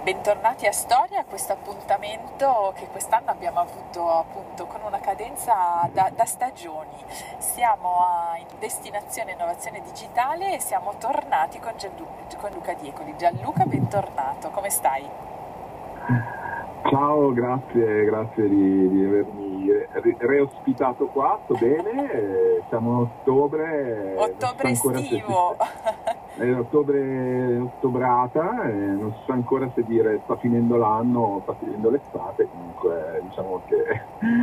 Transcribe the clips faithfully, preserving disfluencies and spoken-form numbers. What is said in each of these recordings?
Bentornati a Storia, a questo appuntamento che quest'anno abbiamo avuto appunto con una cadenza da, da stagioni. Siamo a, in destinazione innovazione digitale e siamo tornati con, Gianlu- con Luca Diecoli. Gianluca, bentornato, come stai? Ciao, grazie, grazie di, di avermi re- reospitato qua, sto bene, eh, siamo a ottobre, Ottobre non si sa ancora estivo. se, è ottobre, ottobrata, e non si sa ancora se dire sta finendo l'anno o sta finendo l'estate, comunque diciamo che,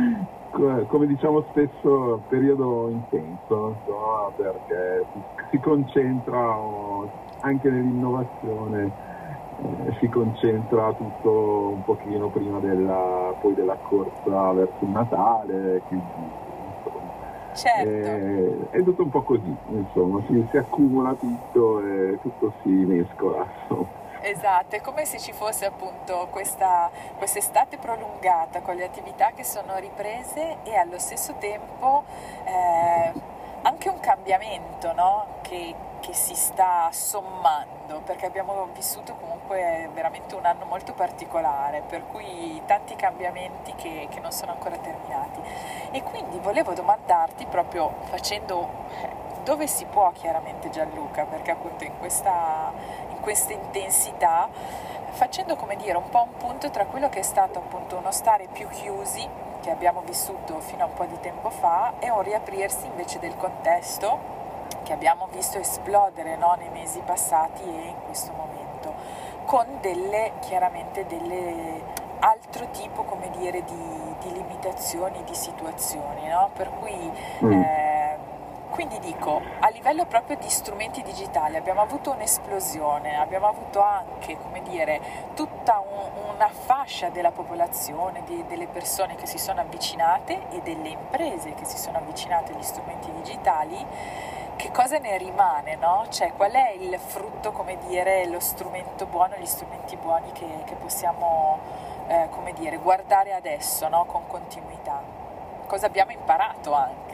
come diciamo spesso, periodo intenso, no? Perché si, si concentra anche nell'innovazione. Eh, si concentra tutto un pochino prima della, poi della corsa verso il Natale, quindi insomma, Certo. eh, è tutto un po' così, insomma, si, si accumula tutto e tutto si mescola. Insomma. Esatto, è come se ci fosse appunto questa quest'estate prolungata con le attività che sono riprese e allo stesso tempo eh, anche un cambiamento, no? che, che si sta sommando, perché abbiamo vissuto comunque veramente un anno molto particolare, per cui tanti cambiamenti che, che non sono ancora terminati. E quindi volevo domandarti, proprio facendo dove si può chiaramente Gianluca, perché appunto in questa, in questa intensità, facendo come dire un po' un punto tra quello che è stato appunto uno stare più chiusi che abbiamo vissuto fino a un po' di tempo fa e un riaprirsi invece del contesto che abbiamo visto esplodere, no, nei mesi passati e in questo momento, con delle chiaramente delle altro tipo, come dire, di, di limitazioni, di situazioni, no? Per cui Mm. eh, quindi dico, a livello proprio di strumenti digitali abbiamo avuto un'esplosione, abbiamo avuto anche, come dire, tutta un, una fascia della popolazione, di, delle persone che si sono avvicinate e delle imprese che si sono avvicinate agli strumenti digitali. Che cosa ne rimane, no? Cioè, qual è il frutto, come dire, lo strumento buono, gli strumenti buoni che, che possiamo, eh, come dire, guardare adesso, no? Con continuità? Cosa abbiamo imparato anche?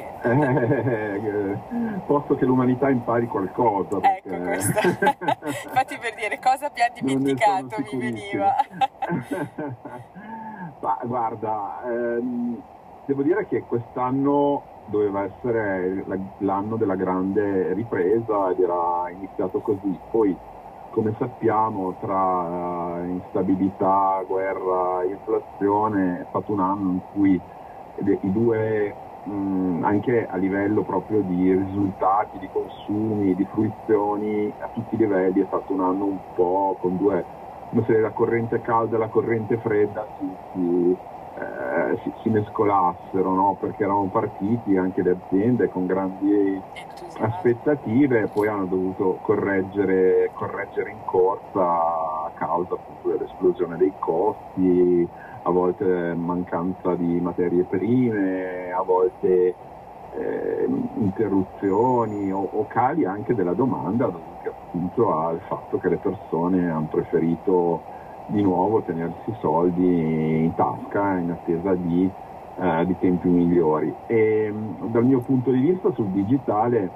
Eh, posso che l'umanità impari qualcosa. Perché... Ecco questo. Infatti per dire cosa abbiamo dimenticato mi veniva. Ma guarda, ehm, devo dire che quest'anno doveva essere l'anno della grande ripresa ed era iniziato così. Poi, come sappiamo, tra instabilità, guerra, inflazione, è stato un anno in cui i due, mh, anche a livello proprio di risultati, di consumi, di fruizioni, a tutti i livelli è stato un anno un po' con due, come se la corrente calda e la corrente fredda si, si Eh, si, si mescolassero, no? Perché eravamo partiti anche le aziende con grandi aspettative e poi hanno dovuto correggere, correggere in corsa a causa appunto dell'esplosione dei costi, a volte mancanza di materie prime, a volte eh, interruzioni o, o cali anche della domanda dovuti appunto al fatto che le persone hanno preferito di nuovo tenersi i soldi in tasca in attesa di, eh, di tempi migliori. E dal mio punto di vista sul digitale,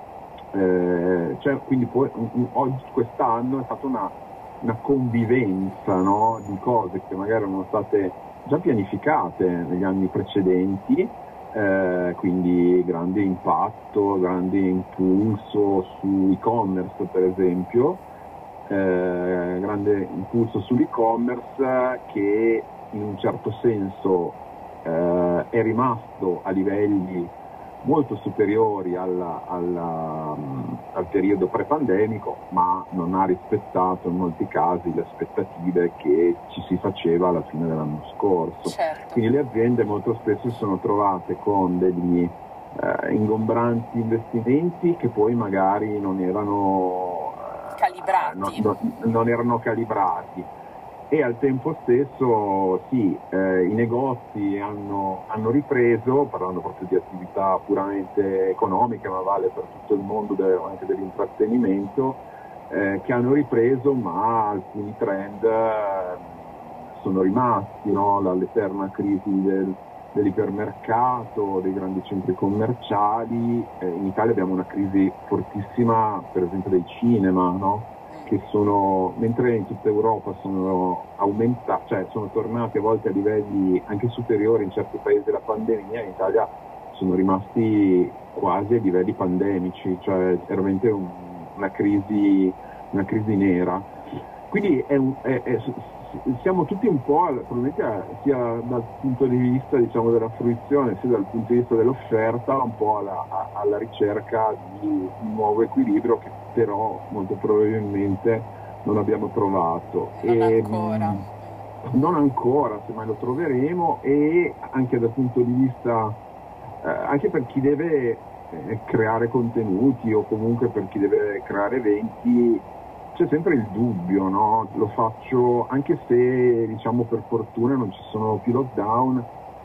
eh, cioè, quindi poi, oggi, quest'anno è stata una, una convivenza, no, di cose che magari erano state già pianificate negli anni precedenti, eh, quindi grande impatto, grande impulso su e-commerce per esempio. Eh, grande impulso sull'e-commerce che in un certo senso eh, è rimasto a livelli molto superiori alla, alla, um, al periodo pre-pandemico, ma non ha rispettato in molti casi le aspettative che ci si faceva alla fine dell'anno scorso. Certo. Quindi le aziende molto spesso si sono trovate con degli eh, ingombranti investimenti che poi magari non erano calibrati. Non, non, non erano calibrati e al tempo stesso sì, eh, i negozi hanno, hanno ripreso, parlando proprio di attività puramente economiche, ma vale per tutto il mondo de, anche dell'intrattenimento, eh, che hanno ripreso, ma alcuni trend eh, sono rimasti, no? L'eterna crisi del, dell'ipermercato, dei grandi centri commerciali. Eh, in Italia abbiamo una crisi fortissima per esempio del cinema, no? che sono, mentre in tutta Europa sono aumentati, cioè sono tornati a volte a livelli anche superiori in certi paesi della pandemia, in Italia sono rimasti quasi a livelli pandemici, cioè è veramente un, una crisi, una crisi nera. Quindi è un, è, è, siamo tutti un po', probabilmente sia dal punto di vista, diciamo, della fruizione, sia dal punto di vista dell'offerta, un po' alla, alla ricerca di un nuovo equilibrio che però molto probabilmente non abbiamo trovato. Non e, ancora. Non ancora, semmai lo troveremo, e anche dal punto di vista, eh, anche per chi deve eh, creare contenuti o comunque per chi deve creare eventi, c'è sempre il dubbio, no? Lo faccio anche se, diciamo, per fortuna non ci sono più lockdown,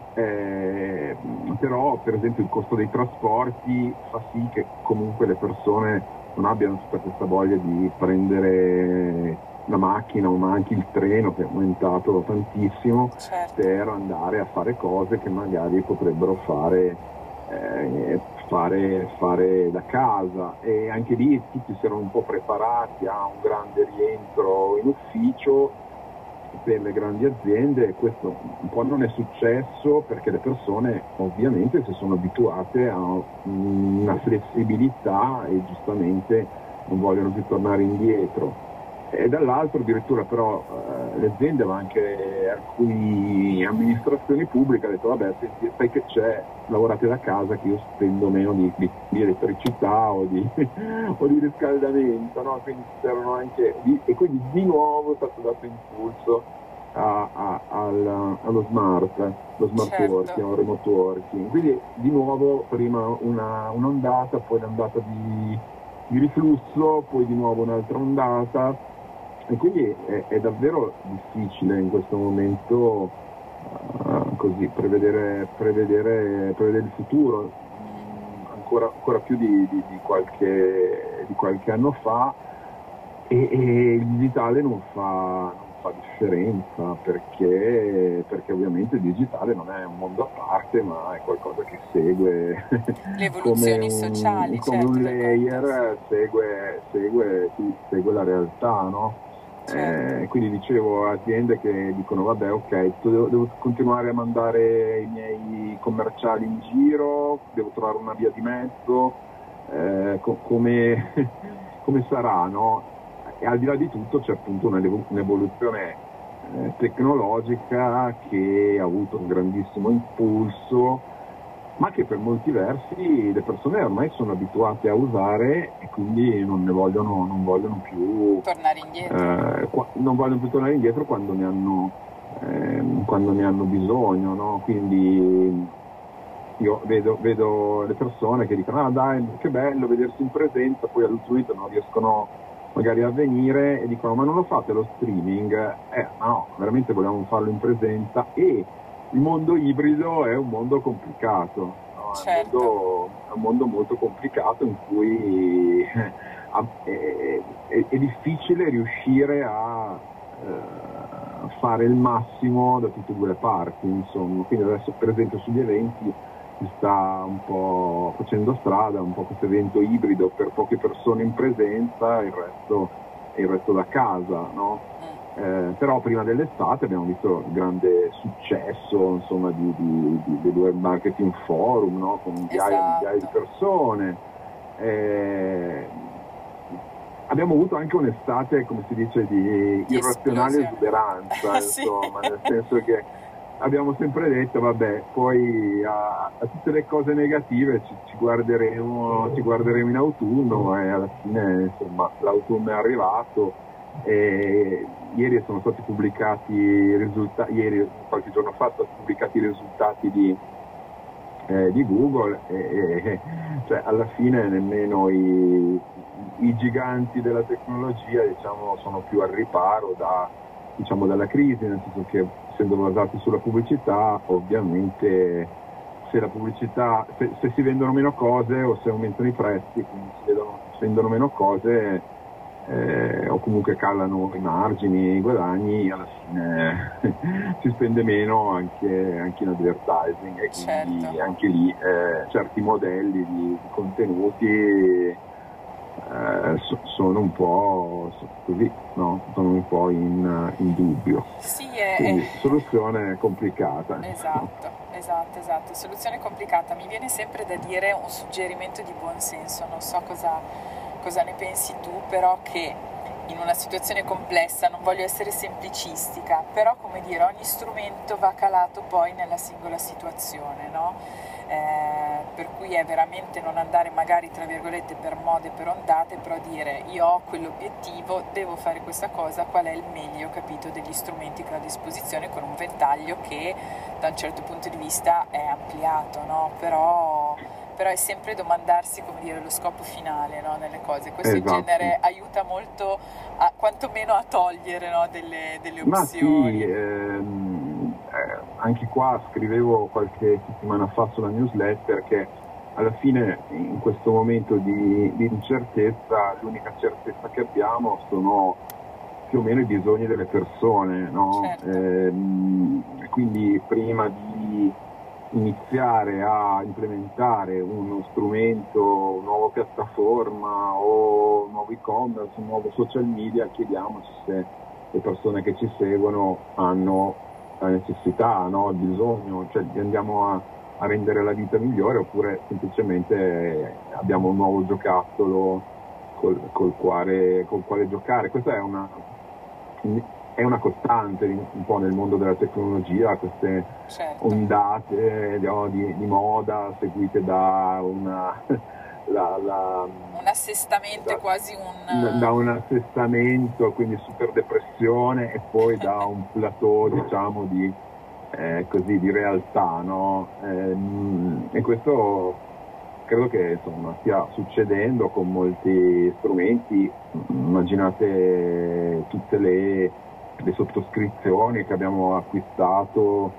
eh, però per esempio il costo dei trasporti fa sì che comunque le persone non abbiano tutta questa voglia di prendere la macchina o ma anche il treno, che è aumentato tantissimo, Certo. per andare a fare cose che magari potrebbero fare Eh, fare, fare da casa, e anche lì tutti si erano un po' preparati a un grande rientro in ufficio per le grandi aziende, e questo un po' non è successo perché le persone ovviamente si sono abituate a una flessibilità e giustamente non vogliono più tornare indietro. E dall'altro addirittura però eh, le aziende, ma anche alcune amministrazioni pubbliche hanno detto vabbè, senti, sai che c'è, lavorate da casa che io spendo meno di, di, di elettricità o di, o di riscaldamento, no? Quindi c'erano anche di, e quindi di nuovo è stato dato impulso a, a, al, allo smart, lo smart Certo. working, al remote working. Quindi di nuovo prima una, un'ondata, poi un'ondata di, di riflusso, poi di nuovo un'altra ondata. E quindi è, è davvero difficile in questo momento uh, così prevedere, prevedere, prevedere il futuro, mm, ancora, ancora più di, di, di, qualche, di qualche anno fa, e, e il digitale non fa, non fa differenza perché, perché ovviamente il digitale non è un mondo a parte, ma è qualcosa che segue le evoluzioni come un, sociali, come certo, un del layer, contesto. segue, segue, sì, segue la realtà, no? Certo. Eh, quindi dicevo, aziende che dicono vabbè, ok, devo, devo continuare a mandare i miei commerciali in giro, devo trovare una via di mezzo, eh, co- come, come sarà, no? E al di là di tutto c'è appunto un'evoluzione eh, tecnologica che ha avuto un grandissimo impulso, ma che per molti versi le persone ormai sono abituate a usare e quindi non ne vogliono, non vogliono più tornare indietro. eh, qua, non vogliono più tornare indietro quando ne hanno, ehm, quando ne hanno bisogno, no? Quindi io vedo, vedo le persone che dicono ah dai, che bello vedersi in presenza, poi all'ultimo momento non riescono magari a venire e dicono ma non lo fate lo streaming? Eh, ma no, veramente volevamo farlo in presenza. E il mondo ibrido è un mondo complicato, no? Certo. È, un mondo, è un mondo molto complicato in cui è, è, è difficile riuscire a eh, fare il massimo da tutte e due le parti, insomma. Quindi adesso per esempio sugli eventi si sta un po' facendo strada, un po' questo evento ibrido per poche persone in presenza e il resto, il resto da casa, no? Eh, però prima dell'estate abbiamo visto il grande successo, insomma, di, di, di, del Web Marketing Forum, no? Con migliaia e migliaia di persone. Eh, abbiamo avuto anche un'estate, come si dice, di, di irrazionale esuberanza, sì. insomma, nel senso che abbiamo sempre detto vabbè, poi a, a tutte le cose negative ci, ci, guarderemo, ci guarderemo in autunno, e alla fine insomma l'autunno è arrivato. E ieri sono stati pubblicati i risultati, ieri qualche giorno fa sono stati pubblicati i risultati di, eh, di Google, e, e cioè alla fine nemmeno i, i giganti della tecnologia, diciamo, sono più al riparo da, diciamo, dalla crisi, nel senso che essendo basati sulla pubblicità, ovviamente se la pubblicità, se, se si vendono meno cose o se aumentano i prezzi, quindi si vedono, si vendono meno cose, eh, o comunque calano i margini, i guadagni, alla fine si spende meno anche, anche in advertising, e quindi certo. anche lì eh, certi modelli di, di contenuti eh, so, sono un po' così, no? Sono un po' in, in dubbio. Sì, è, Quindi è... soluzione complicata. Esatto, esatto, esatto, soluzione complicata. Mi viene sempre da dire un suggerimento di buon senso, non so cosa, cosa ne pensi tu, però che in una situazione complessa, non voglio essere semplicistica, però come dire, ogni strumento va calato poi nella singola situazione, no? Eh, per cui è veramente non andare magari tra virgolette per mode, per ondate, però dire io ho quell'obiettivo, devo fare questa cosa, qual è il meglio, capito, degli strumenti che ho a disposizione con un ventaglio che da un certo punto di vista è ampliato, no? Però, però è sempre domandarsi, come dire, lo scopo finale, no? Nelle cose. Questo Esatto. in genere aiuta molto, a, quantomeno a togliere, no? delle, delle Ma opzioni. sì, ehm, eh, anche qua scrivevo qualche settimana fa sulla newsletter che alla fine in questo momento di, di incertezza l'unica certezza che abbiamo sono più o meno i bisogni delle persone, no? Certo. Ehm, quindi prima di iniziare a implementare uno strumento, una nuova piattaforma o un nuovo e-commerce, un nuovo social media, chiediamoci se le persone che ci seguono hanno la necessità, no? Il bisogno, cioè andiamo a, a rendere la vita migliore oppure semplicemente abbiamo un nuovo giocattolo col, col, quale, col quale giocare. Questa è una, è una costante un po' nel mondo della tecnologia, queste certo. ondate no, di, di moda seguite da una... La, la, un assestamento da, è quasi un... Da un assestamento, quindi super depressione, e poi da un plateau, diciamo, di, eh, così, di realtà, no? Ehm, e questo credo che insomma stia succedendo con molti strumenti. Immaginate tutte le, le sottoscrizioni che abbiamo acquistato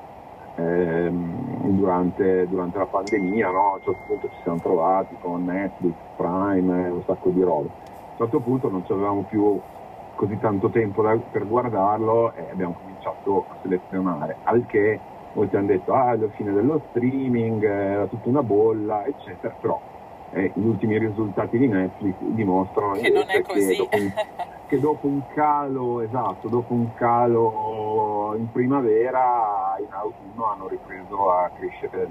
Durante, durante la pandemia, no? A un certo punto ci siamo trovati con Netflix, Prime, un sacco di roba. A un certo punto non avevamo più così tanto tempo da, per guardarlo e abbiamo cominciato a selezionare, al che molti hanno detto ah, alla fine dello streaming era tutta una bolla, eccetera, però eh, gli ultimi risultati di Netflix dimostrano che non è così. Che dopo, un, che dopo un calo, esatto, dopo un calo in primavera, in autunno hanno ripreso a crescere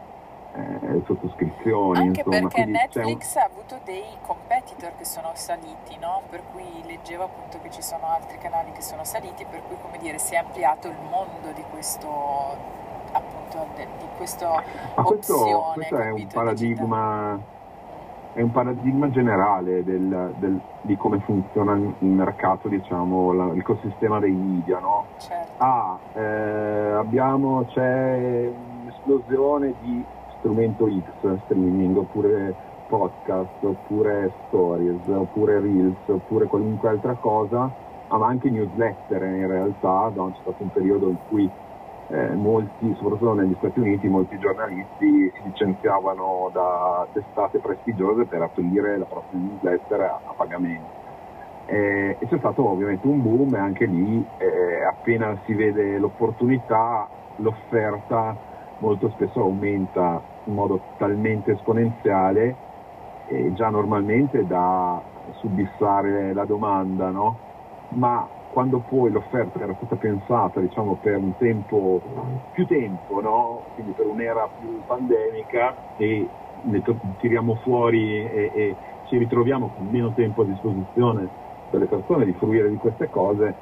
le, eh, le sottoscrizioni. Anche insomma, perché Netflix un... ha avuto dei competitor che sono saliti, no? Per cui leggevo appunto che ci sono altri canali che sono saliti, per cui come dire si è ampliato il mondo di questo appunto di questa questo, opzione. Questo è un paradigma. Digitale. È un paradigma generale del, del, di come funziona il mercato, diciamo, la, l'ecosistema dei media, no? Certo. Ah, eh, abbiamo, c'è un'esplosione di strumento X, streaming, oppure podcast, oppure stories, oppure reels, oppure qualunque altra cosa, ah, ma anche newsletter in realtà, no? C'è stato un periodo in cui Eh, molti, soprattutto negli Stati Uniti, molti giornalisti si licenziavano da testate prestigiose per aprire la propria newsletter a, a pagamento. Eh, e c'è stato ovviamente un boom e anche lì eh, appena si vede l'opportunità, l'offerta molto spesso aumenta in modo talmente esponenziale e già normalmente da soddisfare la domanda, no? Ma quando poi l'offerta era stata pensata, diciamo, per un tempo, più tempo, no? Quindi per un'era più pandemica e ne to- tiriamo fuori e, e ci ritroviamo con meno tempo a disposizione per le persone di fruire di queste cose,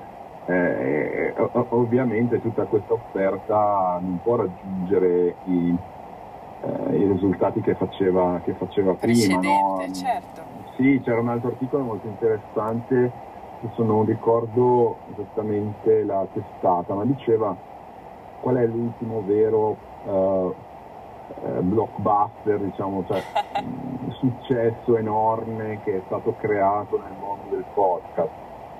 eh, ovviamente tutta questa offerta non può raggiungere i, eh, i risultati che faceva, che faceva prima, no? Certo. Sì, c'era un altro articolo molto interessante, adesso non ricordo esattamente la testata, ma diceva qual è l'ultimo vero uh, uh, blockbuster, diciamo, cioè un successo enorme che è stato creato nel mondo del podcast.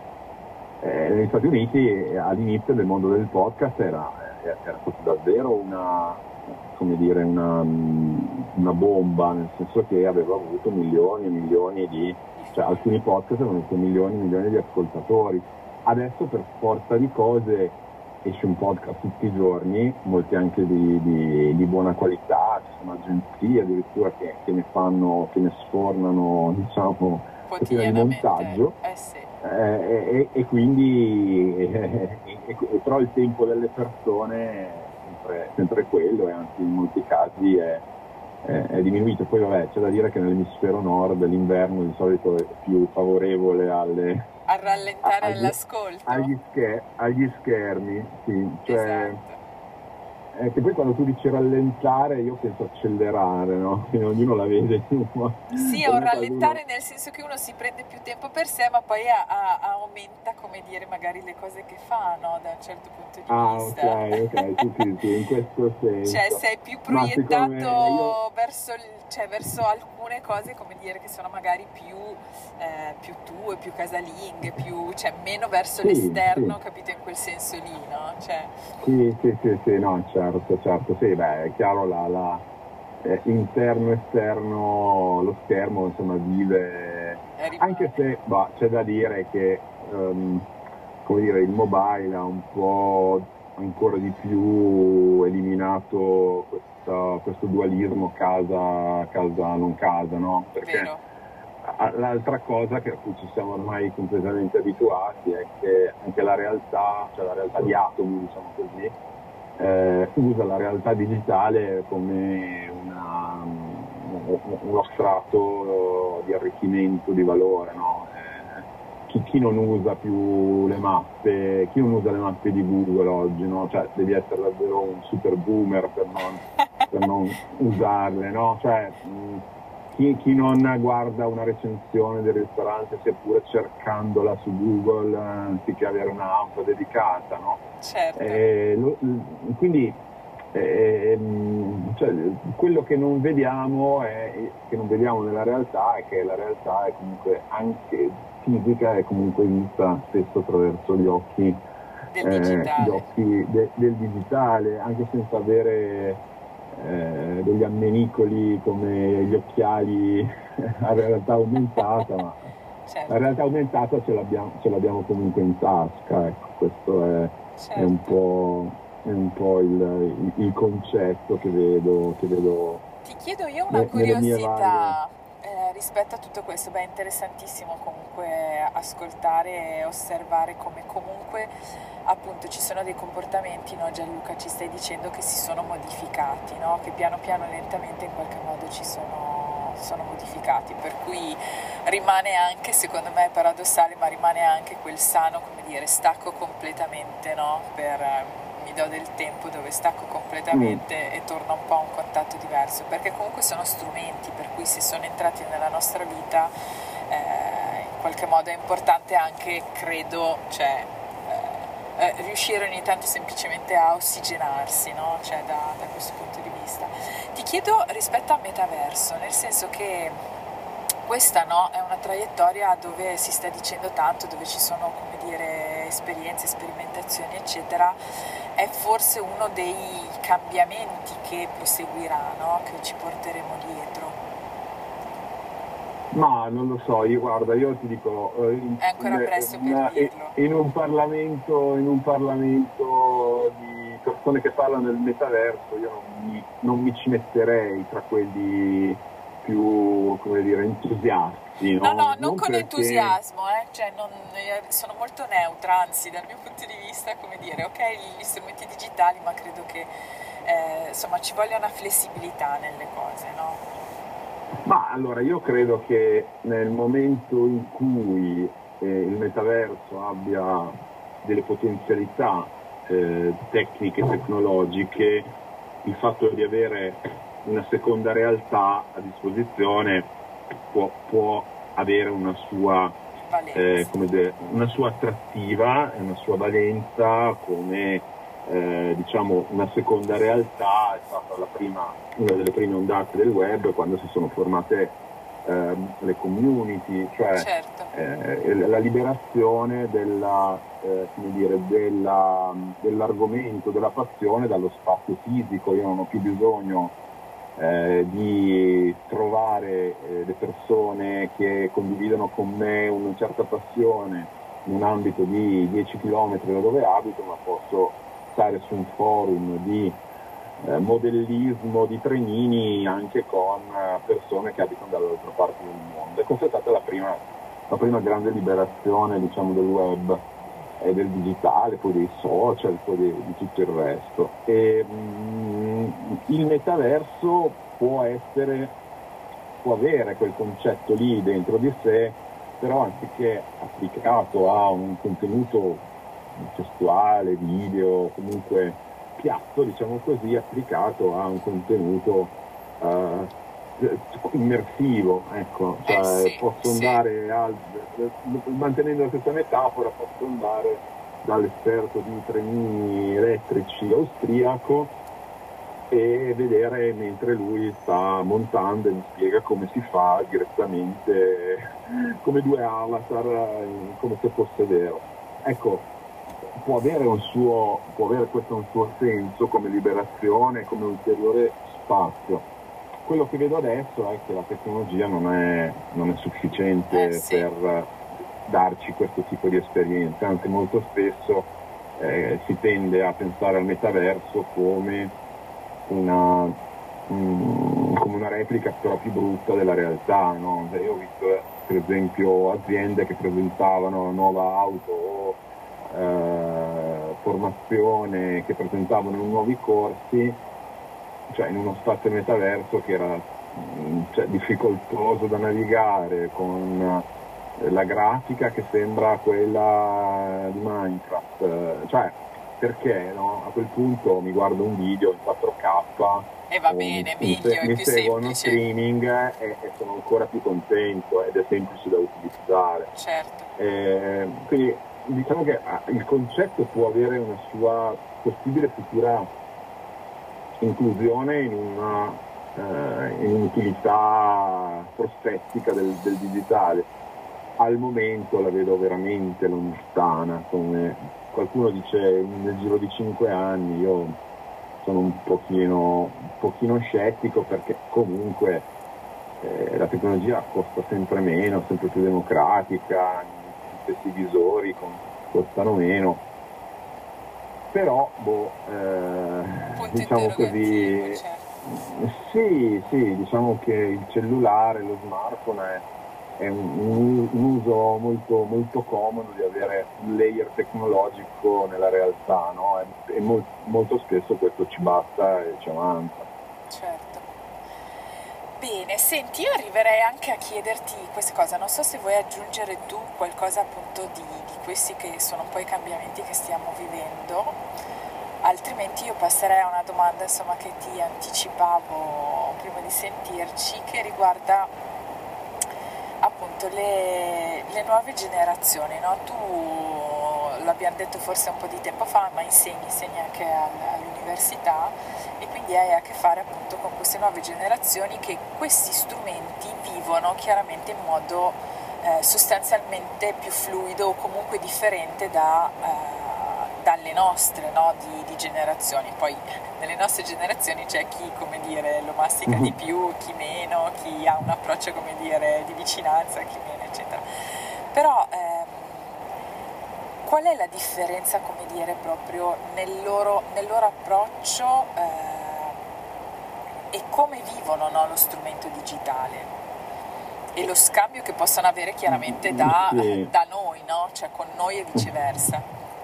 Eh, negli Stati Uniti all'inizio del mondo del podcast era, era stato davvero una, come dire, una, una bomba, nel senso che aveva avuto milioni e milioni di, cioè alcuni podcast avevano avuto milioni e milioni di ascoltatori. Adesso per forza di cose esce un podcast tutti i giorni, molti anche di, di, di buona qualità, ci sono agenzie addirittura che, che ne fanno, che ne sfornano, diciamo, macchina di montaggio, eh sì. eh, e, e quindi eh, e, e, però il tempo delle persone è sempre, sempre quello, e anzi in molti casi è, è, è diminuito. Poi vabbè, c'è da dire che nell'emisfero nord l'inverno di solito è più favorevole alle, a rallentare agli, all'ascolto. Agli, scher- agli schermi, sì, cioè, Esatto. Eh, che poi quando tu dici rallentare io penso accelerare, no? Quindi ognuno la vede. Sì, o rallentare nel senso che uno si prende più tempo per sé, ma poi a, a, aumenta, come dire, magari le cose che fa, no? Da un certo punto di ah, vista. ok, ok, sì, sì, sì, in questo senso. Cioè sei più proiettato io... verso, il, cioè, verso alcune cose, come dire, che sono magari più, eh, più tue, più casalinghe, più, cioè meno verso sì, l'esterno, sì. capito, in quel senso lì, no? Cioè... Sì, sì, sì, sì, no, certo, certo, sì, beh, è chiaro, la, la eh, interno, esterno, lo schermo, insomma, vive, anche se, bah, c'è da dire che, um, come dire, il mobile ha un po' ancora di più eliminato questa, questo dualismo casa, casa, non casa, no? Perché Vero. l'altra cosa che a cui ci siamo ormai completamente abituati è che anche la realtà, cioè la realtà di atomi, diciamo così, eh, usa la realtà digitale come una, uno strato di arricchimento di valore, no? Eh, chi, chi non usa più le mappe, chi non usa le mappe di Google oggi, no? Cioè devi essere davvero un super boomer per non, per non usarle, no? Cioè, mh, Chi, chi non guarda una recensione del ristorante, sia pure cercandola su Google, anziché avere un'app dedicata, no? Certo. Eh, lo, quindi eh, cioè, quello che non vediamo è, che non vediamo nella realtà è che la realtà è comunque anche fisica, è comunque vista spesso attraverso gli occhi del eh, digitale, gli occhi de, del digitale, anche senza avere Eh, degli ammenicoli come gli occhiali a realtà aumentata, ma certo. la realtà aumentata ce l'abbiamo, ce l'abbiamo comunque in tasca, ecco, questo è, certo. è un po', è un po' il, il, il concetto che vedo, che vedo. Ti chiedo io una ne, curiosità eh, rispetto a tutto questo. Beh, è interessantissimo comunque ascoltare e osservare come comunque appunto ci sono dei comportamenti, no, Gianluca, ci stai dicendo che si sono modificati, no? Che piano piano lentamente in qualche modo ci sono, sono modificati, per cui rimane anche, secondo me è paradossale, ma rimane anche quel sano, come dire, stacco completamente, no? Per, mi do del tempo dove stacco completamente mm. e torno un po' a un contatto diverso, perché comunque sono strumenti, per cui se sono entrati nella nostra vita eh, in qualche modo è importante anche, credo, cioè Eh, riuscire ogni tanto semplicemente a ossigenarsi, no? Cioè da, da questo punto di vista. Ti chiedo rispetto al metaverso, nel senso che questa, no, è una traiettoria dove si sta dicendo tanto, dove ci sono, come dire, esperienze, sperimentazioni, eccetera, è forse uno dei cambiamenti che proseguirà, no? Che ci porteremo dietro. Ma non lo so, io guarda, io ti dico, eh, in, è ancora presto per in, dirlo. In un Parlamento, in un Parlamento di persone che parlano del metaverso, io non mi, non mi ci metterei tra quelli più, come dire, entusiasti. No, No, no, non, non con perché... entusiasmo, eh? Cioè non, sono molto neutra, anzi dal mio punto di vista, come dire, ok, gli strumenti digitali, ma credo che eh, insomma ci voglia una flessibilità nelle cose, no? Ma allora io credo che nel momento in cui eh, il metaverso abbia delle potenzialità eh, tecniche, tecnologiche, il fatto di avere una seconda realtà a disposizione può, può avere una sua, eh, come dire, una sua attrattiva e una sua valenza come eh, diciamo una seconda realtà. È stata la prima, una delle prime ondate del web quando si sono formate eh, le community, cioè certo. eh, la liberazione della, eh, come dire, della, dell'argomento, della passione dallo spazio fisico. Io non ho più bisogno eh, di trovare eh, le persone che condividono con me una certa passione in un ambito di dieci chilometri da dove abito, ma posso stare su un forum di eh, modellismo di trenini anche con eh, persone che abitano dall'altra parte del mondo. E questa è stata la prima la prima grande liberazione, diciamo, del web e del digitale, poi dei social, poi di, di tutto il resto. E, mh, il metaverso può essere, può avere quel concetto lì dentro di sé, però anziché applicato a un contenuto testuale, video, comunque piatto, diciamo così, applicato a un contenuto uh, immersivo, ecco, cioè eh sì, posso sì. andare al, mantenendo la stessa metafora, posso andare dall'esperto di treni elettrici austriaco e vedere mentre lui sta montando e mi spiega come si fa direttamente, come due avatar, come se fosse vero. Ecco, può avere un suo, può avere questo un suo senso come liberazione, come ulteriore spazio. Quello che vedo adesso è che la tecnologia non è, non è sufficiente Eh sì. per darci questo tipo di esperienze, anzi molto spesso eh, si tende a pensare al metaverso come una, mm, come una replica però più brutta della realtà, no? Io ho visto per esempio aziende che presentavano una nuova auto o eh, formazione, che presentavano nuovi corsi, cioè in uno spazio metaverso che era cioè, difficoltoso da navigare, con la grafica che sembra quella di Minecraft, cioè perché no? A quel punto mi guardo un video in quattro K E va o bene, mi, meglio, è mi più seguo uno semplice. streaming e, e sono ancora più contento ed è semplice da utilizzare. Certo. Eh, quindi diciamo che il concetto può avere una sua possibile futura inclusione in una eh, in un'utilità prospettica del, del digitale. Al momento la vedo veramente lontana, come qualcuno dice nel giro di cinque anni. Io sono un pochino, un pochino scettico, perché comunque eh, la tecnologia costa sempre meno, sempre più democratica, gli stessi visori costano meno. Però, boh, eh, Punto diciamo interrogativo, così, certo. sì, sì, diciamo che il cellulare, lo smartphone è, è un, un- un uso molto, molto comodo di avere un layer tecnologico nella realtà, no? E, e mol- molto spesso questo ci basta e ci avanza. Certo. Bene, senti, io arriverei anche a chiederti questa cosa, non so se vuoi aggiungere tu qualcosa appunto di, di questi che sono un po' i cambiamenti che stiamo vivendo, altrimenti io passerei a una domanda insomma che ti anticipavo prima di sentirci, che riguarda appunto le, le nuove generazioni, no? Tu l'abbiamo detto forse un po' di tempo fa, ma insegni, insegni anche all'università, e quindi hai a che fare appunto con queste nuove generazioni che questi strumenti vivono chiaramente in modo eh, sostanzialmente più fluido o comunque differente da, eh, dalle nostre, no? di, di generazioni. Poi nelle nostre generazioni c'è chi, come dire, lo mastica di più, chi meno, chi ha un approccio, come dire, di vicinanza, chi meno, eccetera. Però ehm, qual è la differenza, come dire, proprio nel loro, nel loro approccio eh, e come vivono, no, lo strumento digitale? E lo scambio che possono avere chiaramente da, Sì. da noi, no? Cioè con noi e viceversa.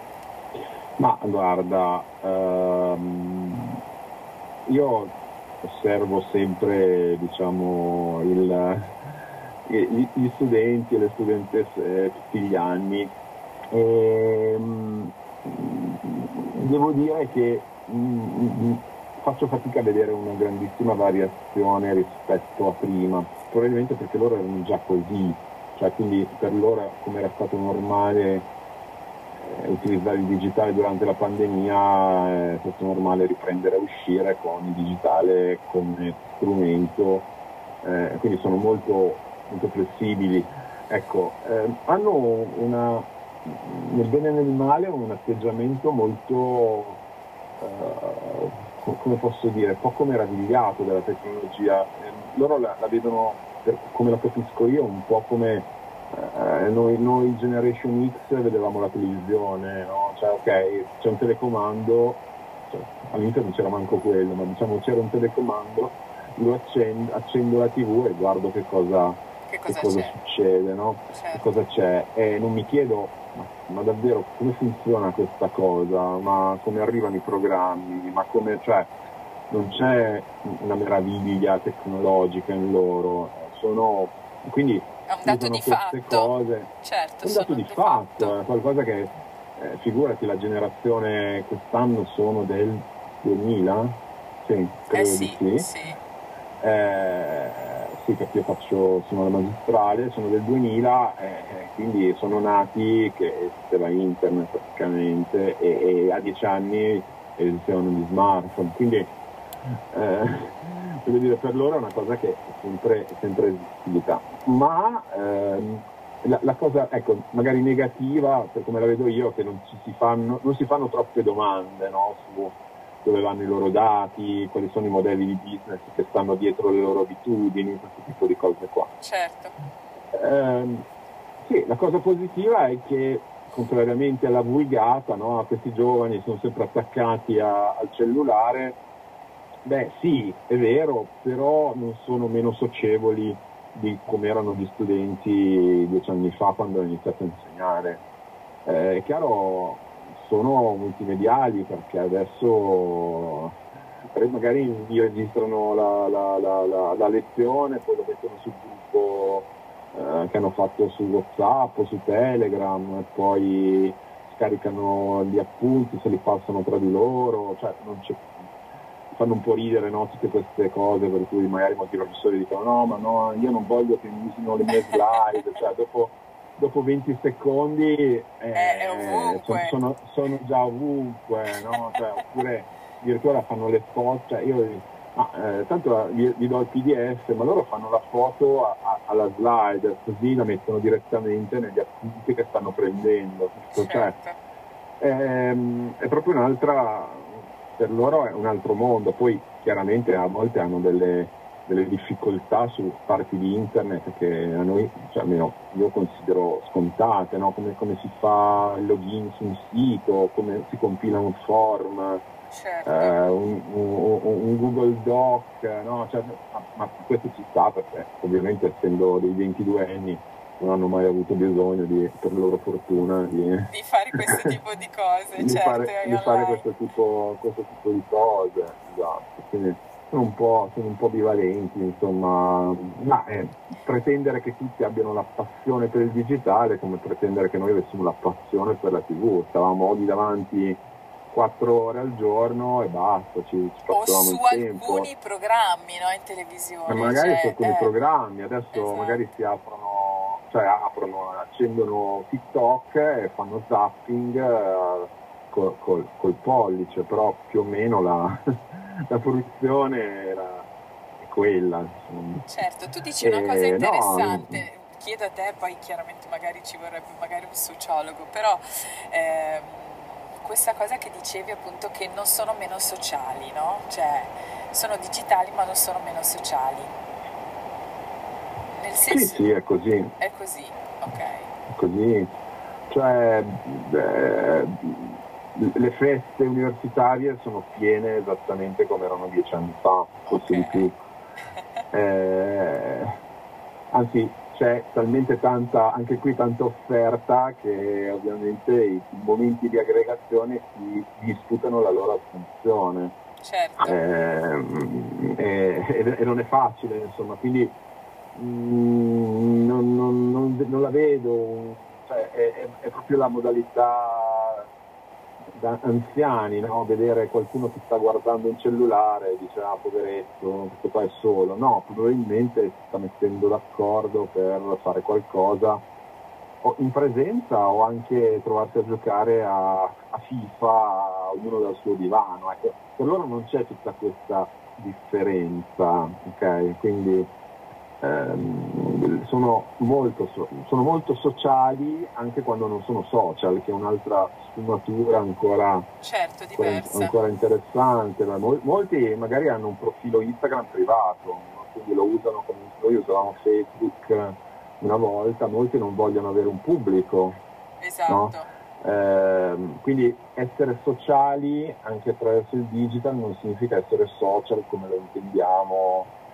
Ma guarda, ehm, io osservo sempre, diciamo, il, gli gli studenti e le studentesse tutti gli anni, e mm, devo dire che mm, faccio fatica a vedere una grandissima variazione rispetto a prima, probabilmente perché loro erano già così, cioè quindi per loro, come era stato normale eh, utilizzare il digitale durante la pandemia, è stato normale riprendere a uscire con il digitale come strumento, eh, quindi sono molto, molto flessibili. Ecco, eh, hanno una, nel bene e nel male, un atteggiamento molto, eh, co- come posso dire, poco meravigliato della tecnologia. Eh, loro la, la vedono, per, come la capisco io, un po' come eh, noi, noi Generation X vedevamo la televisione, no? Cioè, ok, c'è un telecomando, cioè, all'inizio non c'era manco quello, ma diciamo c'era un telecomando, lo accendo, accendo la tivù e guardo che cosa, Che che cosa cosa c'è? succede, no? Che Certo. cosa c'è? E non mi chiedo, ma, ma davvero come funziona questa cosa? Ma come arrivano i programmi? Ma come, cioè, non c'è una meraviglia tecnologica in loro, sono, quindi È un dato usano di queste fatto. cose, è Certo, un dato sono di di fatto, fatto. è qualcosa che, eh, figurati, la generazione quest'anno sono del duemila? Sì, Eh credo di sì, sì. sì. Eh, sì, perché io faccio, sono alla magistrale, sono del duemila, eh, quindi sono nati che esisteva internet praticamente e, e a dieci anni esistevano gli smartphone, quindi eh, voglio dire, per loro è una cosa che è sempre, è sempre esistita. Ma ehm, la, la cosa, ecco, magari negativa, per come la vedo io, che non ci si fanno, non si fanno troppe domande, no, su dove vanno i loro dati, quali sono i modelli di business che stanno dietro le loro abitudini, questo tipo di cose qua. Certo. Ehm, sì, la cosa positiva è che, contrariamente alla vulgata, no, a questi giovani sono sempre attaccati a, al cellulare. Beh, sì, è vero, però non sono meno socievoli di come erano gli studenti dieci anni fa quando ho iniziato a insegnare. Eh, è chiaro, sono multimediali perché adesso magari mi registrano la, la, la, la, la lezione, poi lo mettono sul gruppo eh, che hanno fatto su WhatsApp o su Telegram, e poi scaricano gli appunti, se li passano tra di loro, cioè non c'è, fanno un po' ridere, no, tutte queste cose per cui magari molti professori dicono no, ma no, io non voglio che mi usino le mie slide, cioè dopo, dopo venti secondi È, è eh, son, ovunque. sono, sono già ovunque, no? Cioè, oppure addirittura fanno le foto, cioè io ma, eh, tanto gli, gli do il P D F, ma loro fanno la foto a, a, alla slide, così la mettono direttamente negli appunti che stanno prendendo. Cioè, Certo. ehm, è proprio un'altra, per loro è un altro mondo. Poi chiaramente a volte hanno delle, delle difficoltà su parti di internet che a noi, cioè almeno io considero scontate, no? Come, come si fa il login su un sito, come si compila un form, eh, Certo. un, un, un Google Doc, no? Cioè, ma, ma questo ci sta perché ovviamente essendo dei ventidue anni non hanno mai avuto bisogno di, per loro fortuna, di, Di fare questo tipo di cose, di, certo, fare, e di fare online. questo tipo, questo tipo di cose. Esatto. Quindi sono un po', sono un po' bivalenti, insomma, ma eh, pretendere che tutti abbiano la passione per il digitale come pretendere che noi avessimo la passione per la tivù. Stavamo lì davanti quattro ore al giorno e basta, ci, ci O passavamo su il tempo. alcuni programmi, no, in Ma televisione, magari su cioè, alcuni eh, programmi, adesso magari esatto. si aprono, cioè aprono, accendono TikTok e fanno zapping eh, col, col- col pollice, però più o meno la, la fruizione era è quella, insomma. Certo, tu dici una cosa E, no, interessante, chiedo a te, poi chiaramente magari ci vorrebbe magari un sociologo, però ehm, questa cosa che dicevi appunto che non sono meno sociali, no? Cioè, sono digitali ma non sono meno sociali. Nel sì, senso, sì, è così, è così, ok, è così. Cioè, eh, le feste universitarie sono piene esattamente come erano dieci anni fa, ok, forse di più. Eh, anzi, c'è talmente tanta, anche qui tanta offerta che ovviamente i, i momenti di aggregazione si disputano la loro attenzione. certo. Eh, e, e non è facile, insomma, quindi mm, non, non- non- non la vedo, cioè, è, è- è proprio la modalità da anziani, no? Vedere qualcuno che sta guardando un cellulare e dice ah poveretto, questo qua è solo. No, probabilmente si sta mettendo d'accordo per fare qualcosa o in presenza o anche trovarsi a giocare a, a FIFA, ognuno dal suo divano. Ecco, per loro non c'è tutta questa differenza, ok? Quindi ehm, sono, molto, so- sono molto sociali anche quando non sono social, che è un'altra sfumatura ancora, Certo, ancora, diversa. ancora interessante. Ma mol- molti magari hanno un profilo Instagram privato, no? Quindi lo usano come noi usavamo Facebook una volta, molti non vogliono avere un pubblico, no? Esatto. Ehm, quindi essere sociali anche attraverso il digital non significa essere social come lo intendiamo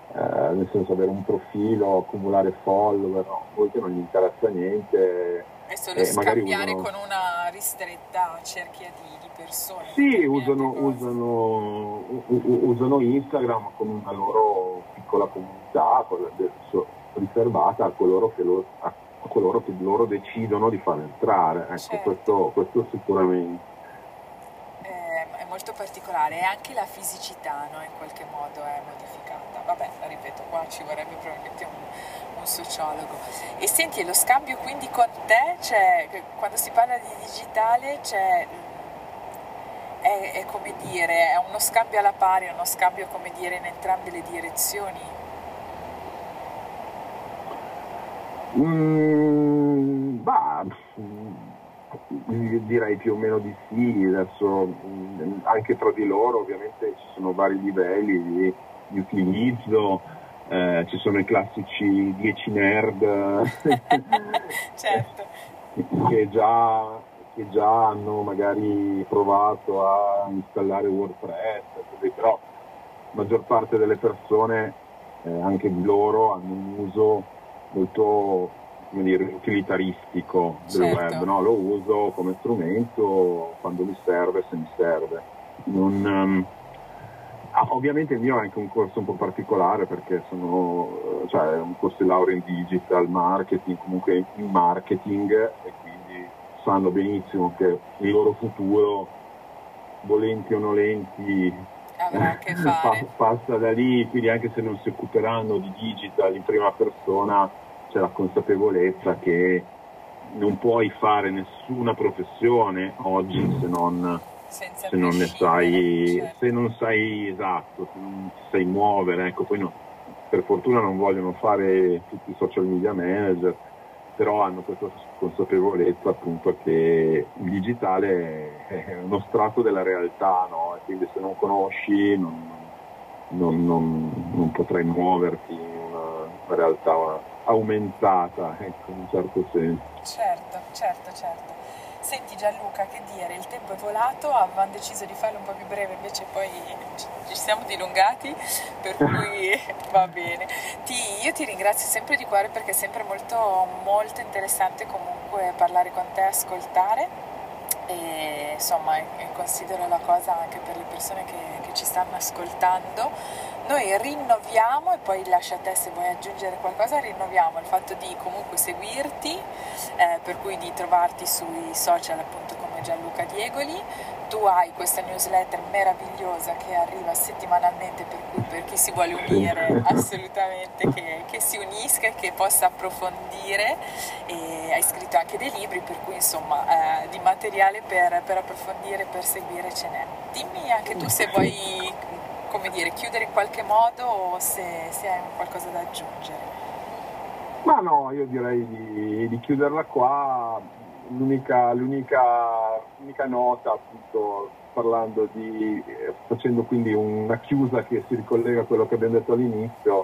eh, nel senso avere un profilo, accumulare follower, no, molti non gli interessa niente. È solo E scambiare usano, con una ristretta cerchia di, di persone sì, determinate usano, cose. usano, usano Instagram come una loro piccola comunità riservata a coloro che, lo, a coloro, che loro decidono di far entrare. Ecco, Certo. questo, questo sicuramente. È molto particolare e anche la fisicità, no, in qualche modo è modificata. Vabbè, ripeto, qua ci vorrebbe probabilmente un, un sociologo. E senti, lo scambio quindi con te, cioè, quando si parla di digitale, cioè, è, è come dire, è uno scambio alla pari, è uno scambio, come dire, in entrambe le direzioni? Mm, bah, direi più o meno di sì. Adesso anche tra di loro ovviamente ci sono vari livelli di, di utilizzo, eh, ci sono i classici dieci nerd Certo. che, già, che già hanno magari provato a installare WordPress, così, però la maggior parte delle persone, eh, anche loro, hanno un uso molto, come dire, utilitaristico del Certo. web, no? Lo uso come strumento quando mi serve, se mi serve. Non, um, ah, ovviamente il mio è anche un corso un po' particolare perché sono, cioè, un corso di laurea in digital marketing, comunque in marketing, e quindi sanno benissimo che il loro futuro, volenti o nolenti, Avrà a che fare. passa da lì, quindi anche se non si occuperanno di digital in prima persona c'è la consapevolezza che non puoi fare nessuna professione oggi se non, se non ne sai, certo. se non sai esatto, se non ti sai muovere. Ecco, poi no, per fortuna non vogliono fare tutti i social media manager, però hanno questa consapevolezza appunto che il digitale è uno strato della realtà, no? E quindi se non conosci non, non, non, non potrai muoverti in una, una realtà aumentata, ecco, in un certo senso. Certo, certo, certo. Senti Gianluca, che dire, il tempo è volato, avevamo deciso di farlo un po' più breve, invece poi ci siamo dilungati, per cui va bene. Ti, io ti ringrazio sempre di cuore perché è sempre molto, molto interessante comunque parlare con te, ascoltare, e insomma considero la cosa anche per le persone che, che ci stanno ascoltando. Noi rinnoviamo, e poi lascia a te se vuoi aggiungere qualcosa, rinnoviamo il fatto di comunque seguirti, eh, per cui di trovarti sui social appunto come Gianluca Diegoli. Tu hai questa newsletter meravigliosa che arriva settimanalmente, per cui per chi si vuole unire assolutamente che, che si unisca e che possa approfondire, e hai scritto anche dei libri, per cui insomma eh, di materiale per, per approfondire, per seguire ce n'è. Dimmi anche tu se vuoi, come dire, chiudere in qualche modo o se, se hai qualcosa da aggiungere. Ma no, io direi di, di chiuderla qua. L'unica, l'unica, l'unica nota, appunto, parlando di, eh, facendo quindi una chiusa che si ricollega a quello che abbiamo detto all'inizio,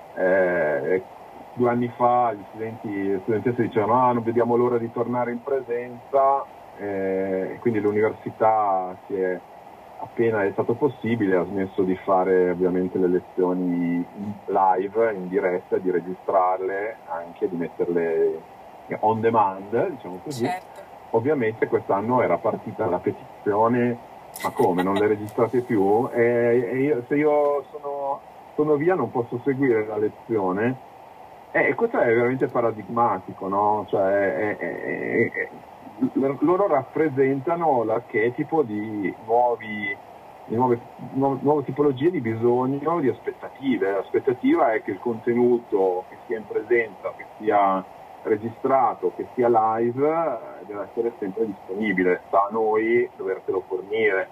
eh, due anni fa gli studenti, le studentesse dicevano ah, non vediamo l'ora di tornare in presenza, eh, quindi l'università si è, appena è stato possibile, ha smesso di fare ovviamente le lezioni live, in diretta, di registrarle, anche di metterle on demand, diciamo così. Certo. Ovviamente quest'anno era partita la petizione, ma come, non le registrate più? E, e io, se io sono, sono via non posso seguire la lezione. E eh, questo è veramente paradigmatico, no? Cioè, è, è, è, loro rappresentano l'archetipo di nuovi, di nuove, nuove, nuove tipologie di bisogno, di aspettative. L'aspettativa è che il contenuto che sia in presenza, che sia registrato, che sia live, deve essere sempre disponibile, sta a noi dovertelo fornire.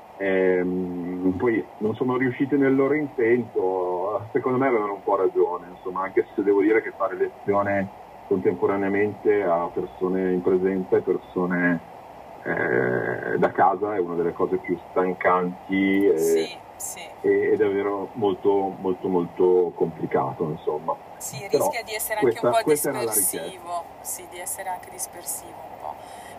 Ehm, poi non sono riusciti nel loro intento, secondo me avevano un po' ragione, insomma, anche se devo dire che fare lezione contemporaneamente a persone in presenza e persone eh, da casa è una delle cose più stancanti e, sì, sì. e, è davvero molto molto molto complicato, insomma. Sì, Però rischia di essere questa, anche un po' questa dispersivo, sì, di essere anche dispersivo un po'.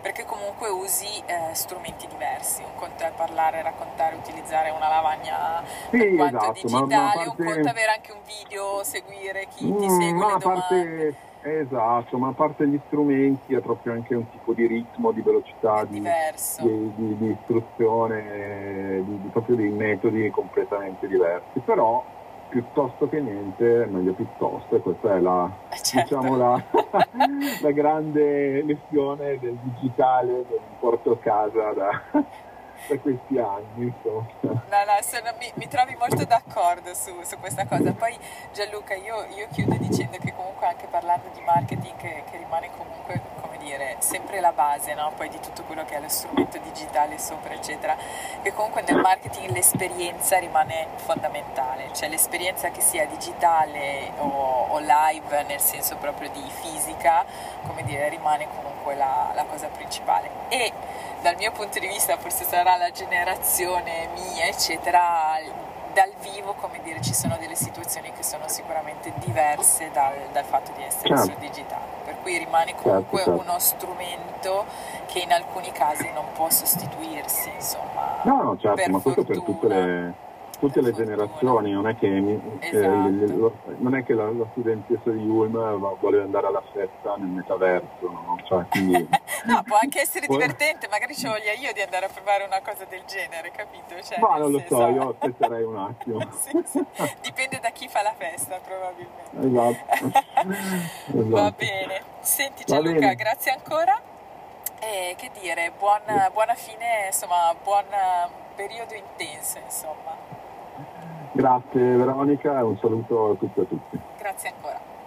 perché comunque usi eh, strumenti diversi. Un conto è parlare, raccontare, utilizzare una lavagna per Sì, quanto esatto, ma, ma a digitale, un conto è parte, avere anche un video, seguire chi ti mm, segue ma le a domande, parte, esatto, ma a parte gli strumenti è proprio anche un tipo di ritmo, di velocità, è di, diverso. di, di- di istruzione, di, di- proprio dei metodi completamente diversi. Però, piuttosto che niente, meglio piuttosto, e questa è la, Eh, certo. diciamo, la, la grande lezione del digitale che mi porto a casa da, da questi anni, insomma. No, no, sono- mi, mi trovi molto d'accordo su, su questa cosa. Poi Gianluca, io, io chiudo dicendo che comunque anche parlando di marketing, che, che rimane comunque, come dire, sempre la base, no? Poi di tutto quello che è lo strumento digitale sopra, eccetera, che comunque nel marketing l'esperienza rimane fondamentale, cioè l'esperienza che sia digitale o, o live nel senso proprio di fisica, come dire, rimane comunque la, la cosa principale. E dal mio punto di vista, forse sarà la generazione mia, eccetera, dal vivo, come dire, ci sono delle situazioni che sono sicuramente diverse dal, dal fatto di essere Certo, sul digitale, per cui rimane certo, comunque certo. uno strumento che in alcuni casi non può sostituirsi, insomma, No, no, certo, per ma questo per tutte fortuna, le, tutte per le fortuna, generazioni, non è che, mi- eh, il- esatto. lo- non è che la, la studentessa di Ulm va- vuole andare alla festa nel metaverso, no? Cioè, quindi, No, può anche essere poi- divertente, magari ci voglia io di andare a provare una cosa del genere, capito? Cioè, ma nel non lo so, senso... io aspetterei un attimo. Sì, sì. Dipende da chi fa la festa, probabilmente. Esatto, Va esatto. bene. Senti Va Gianluca, bene, grazie ancora. E che dire, buon- buona fine, insomma, buon periodo intenso, insomma. grazie Veronica e un saluto a tutti e a tutti. Grazie ancora.